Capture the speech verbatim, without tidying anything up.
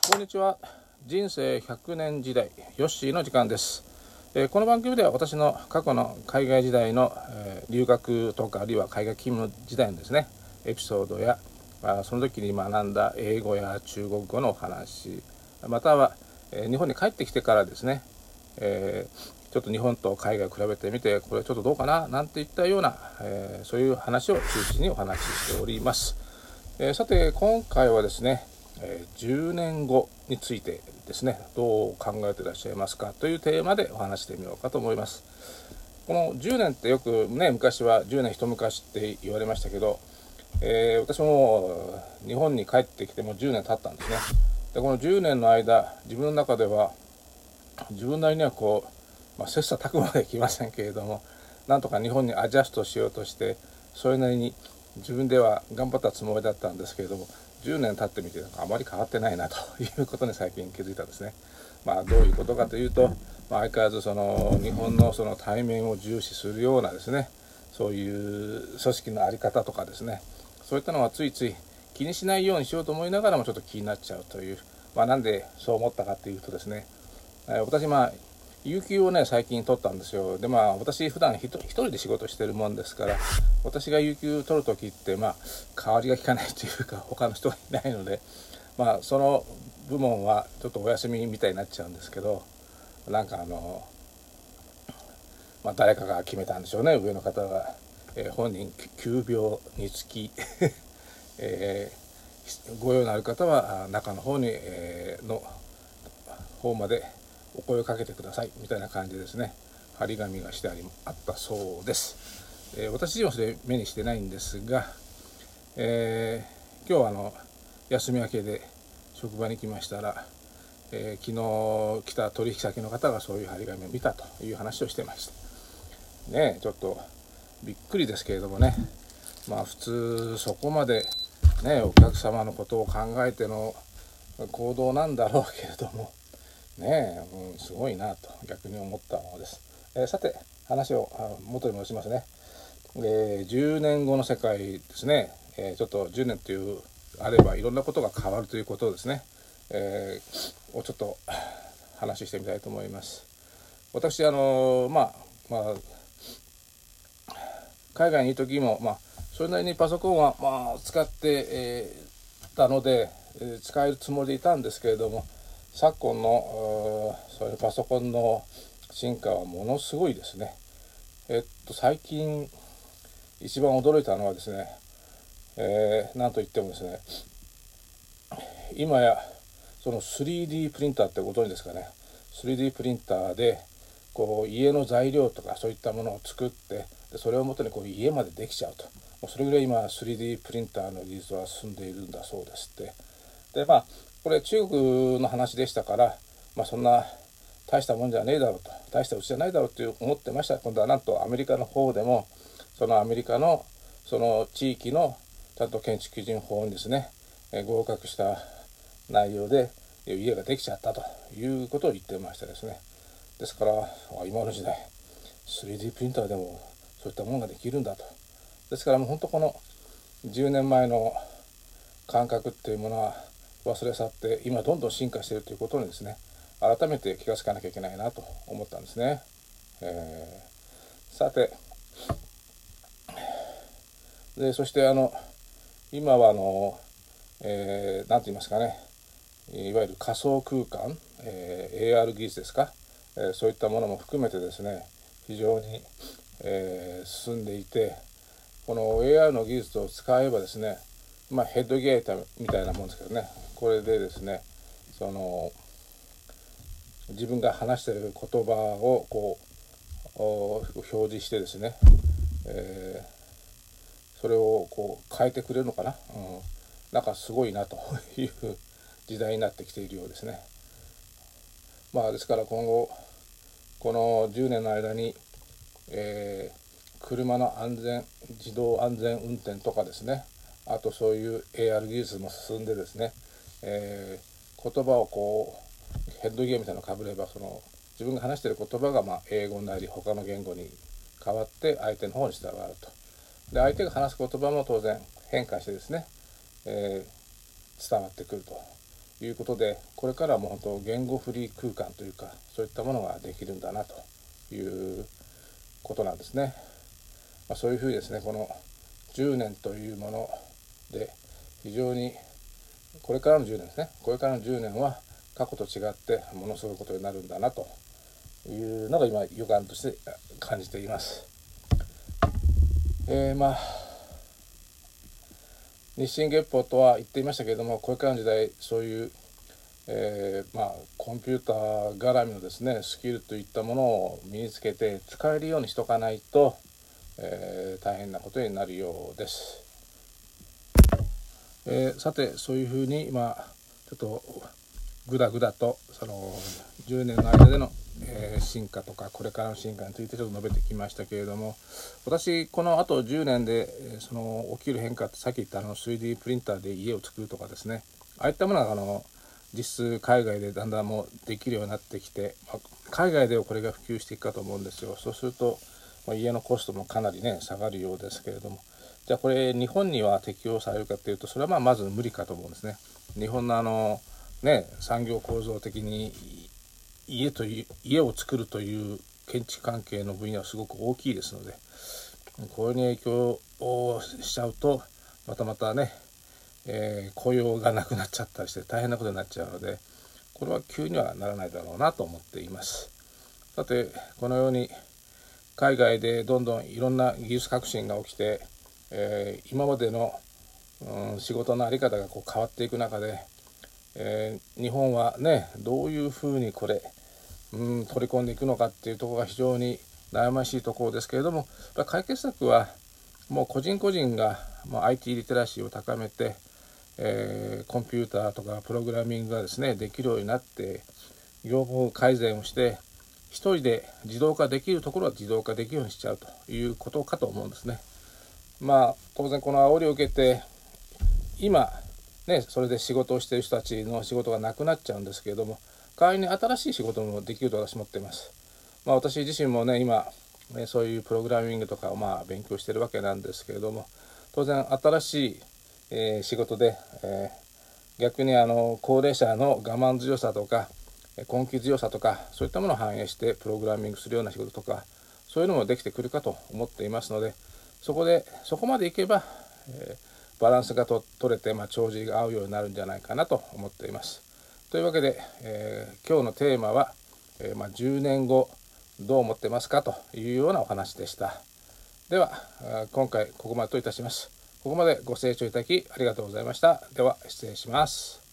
こんにちは。人生ひゃくねん時代ヨッシーの時間です。えー、この番組では私の過去の海外時代の、えー、留学とかあるいは海外勤務時代のですねエピソードや、まあ、その時に学んだ英語や中国語のお話、または、えー、日本に帰ってきてからですね、えー、ちょっと日本と海外を比べてみてこれちょっとどうかななんていったような、えー、そういう話を中心にお話ししております。えー、さて今回はですねじゅうねんごについてですねどう考えていらっしゃいますかというテーマでお話してみようかと思います。このじゅうねんってよくね昔はじゅうねん一昔って言われましたけど、えー、私も日本に帰ってきてもじゅうねん経ったんですね。でこのじゅうねんの間自分の中では自分なりにはこう、まあ、切磋琢磨できませんけれどもなんとか日本にアジャストしようとしてそれなりに自分では頑張ったつもりだったんですけれどもじゅうねん経ってみてあまり変わってないなということに最近気づいたんですね。まあどういうことかというと、まあ、相変わらずその日本のその対面を重視するようなですねそういう組織の在り方とかですねそういったのはついつい気にしないようにしようと思いながらもちょっと気になっちゃうという、まあ、なんでそう思ったかというとですね私まあ有給をね最近取ったんですよ。でまあ私普段一人で仕事してるもんですから私が有給取る時ってまあ代わりが利かないというか他の人がいないのでまあその部門はちょっとお休みみたいになっちゃうんですけどなんかあのまあ誰かが決めたんでしょうね上の方が、えー、本人きゅうびょうにつき、えー、ご用のある方は中の方に、えー、の方までお声をかけてくださいみたいな感じですね張り紙がしてありあったそうです。えー、私自身はそれ目にしてないんですが、えー、今日はあの休み明けで職場に来ましたら、えー、昨日来た取引先の方がそういう張り紙を見たという話をしてましたね。ちょっとびっくりですけれどもねまあ普通そこまでねお客様のことを考えての行動なんだろうけれどもねえ、うん、すごいなと逆に思ったものです。えー、さて話を元に戻しますね。えー、じゅうねんごの世界ですね、えー、ちょっとじゅうねんというあればいろんなことが変わるということをですね、えー、をちょっと話してみたいと思います。私あのー、まあまあ海外にいる時もまあそれなりにパソコンはまあ使って、えー、たので、えー、使えるつもりでいたんですけれども昨今のそういうパソコンの進化はものすごいですね。えっと最近一番驚いたのはですね、えー、なんといってもですね今やその スリーディー プリンターってご存知ですかね。 スリーディー プリンターでこう家の材料とかそういったものを作ってでそれをもとにこう家までできちゃうともうそれぐらい今 スリーディー プリンターの技術は進んでいるんだそうですって。でまあこれ中国の話でしたから、まあ、そんな大したもんじゃねえだろうと大したうちじゃないだろうと思ってました。今度はなんとアメリカの方でもそのアメリカのその地域のちゃんと建築基準法にですね合格した内容で家ができちゃったということを言ってましたですね。ですから今の時代 スリーディー プリンターでもそういったものができるんだと。ですからもう本当このじゅうねんまえの感覚っていうものは忘れ去って今どんどん進化しているということにですね改めて気がつかなきゃいけないなと思ったんですね。えー、さてでそしてあの今はあの、えー、なんて言いますかねいわゆる仮想空間、えー、エーアール 技術ですか、えー、そういったものも含めてですね非常に、えー、進んでいてこの エーアール の技術を使えばですねまあヘッドギアみたいなもんですけどねこれでですねその自分が話している言葉をこう表示してですね、えー、それをこう変えてくれるのかな、うん、なんかすごいなという時代になってきているようですね。まあですから今後このじゅうねんの間に、えー、車の安全自動安全運転とかですねあとそういう エーアール 技術も進んでですね、えー、言葉をこうヘッドギアみたいなのをかぶればその自分が話している言葉がまあ英語なり他の言語に変わって相手の方に伝わると。で相手が話す言葉も当然変化してですね、えー、伝わってくるということで、これからも本当言語フリー空間というか、そういったものができるんだなということなんですね。まあ、そういうふうにですね、このじゅうねんというもので非常にこれからのじゅうねんですね、これからのじゅうねんは過去と違ってものすごいことになるんだなというのが今予感として感じています。えー、まあ日進月歩とは言っていましたけれども、これからの時代そういう、えー、まあコンピューター絡みのですねスキルといったものを身につけて使えるようにしとかないと、えー、大変なことになるようです。えー、さてそういうふうに今ちょっとぐだぐだとそのじゅうねんの間での、えー、進化とかこれからの進化についてちょっと述べてきましたけれども、私このあとじゅうねんでその起きる変化ってさっき言ったあの スリーディー プリンターで家を作るとかですね、ああいったものがあの実質海外でだんだんもうできるようになってきて、まあ、海外ではこれが普及していくかと思うんですよ。そうすると、まあ、家のコストもかなりね下がるようですけれども、じゃあこれ日本には適用されるかというと、それはまあまず無理かと思うんですね。日本のあのね産業構造的に家という家を作るという建築関係の分野はすごく大きいですので、これに影響をしちゃうとまたまたね、えー、雇用がなくなっちゃったりして大変なことになっちゃうので、これは急にはならないだろうなと思っています。さてこのように海外でどんどんいろんな技術革新が起きて、えー、今までの、うん、仕事の在り方がこう変わっていく中で、えー、日本はねどういうふうにこれ、うん、取り込んでいくのかっていうところが非常に悩ましいところですけれども、解決策はもう個人個人がもう アイティー リテラシーを高めて、えー、コンピューターとかプログラミングがですねできるようになって業務改善をして一人で自動化できるところは自動化できるようにしちゃうということかと思うんですね。まあ当然この煽りを受けて今ねそれで仕事をしている人たちの仕事がなくなっちゃうんですけれども、代わりに新しい仕事もできると私は思っています。まあ、私自身もね今ねそういうプログラミングとかをまあ勉強しているわけなんですけれども、当然新しい、えー、仕事で、えー、逆にあの高齢者の我慢強さとか根気強さとかそういったものを反映してプログラミングするような仕事とかそういうのもできてくるかと思っていますので、そこでそこまでいけば、えー、バランスがと取れて、まあ、帳尻が合うようになるんじゃないかなと思っています。というわけで、えー、今日のテーマは、えーまあ、じゅうねんごどう思ってますかというようなお話でした。では今回ここまでといたします。ここまでご清聴いただきありがとうございました。では失礼します。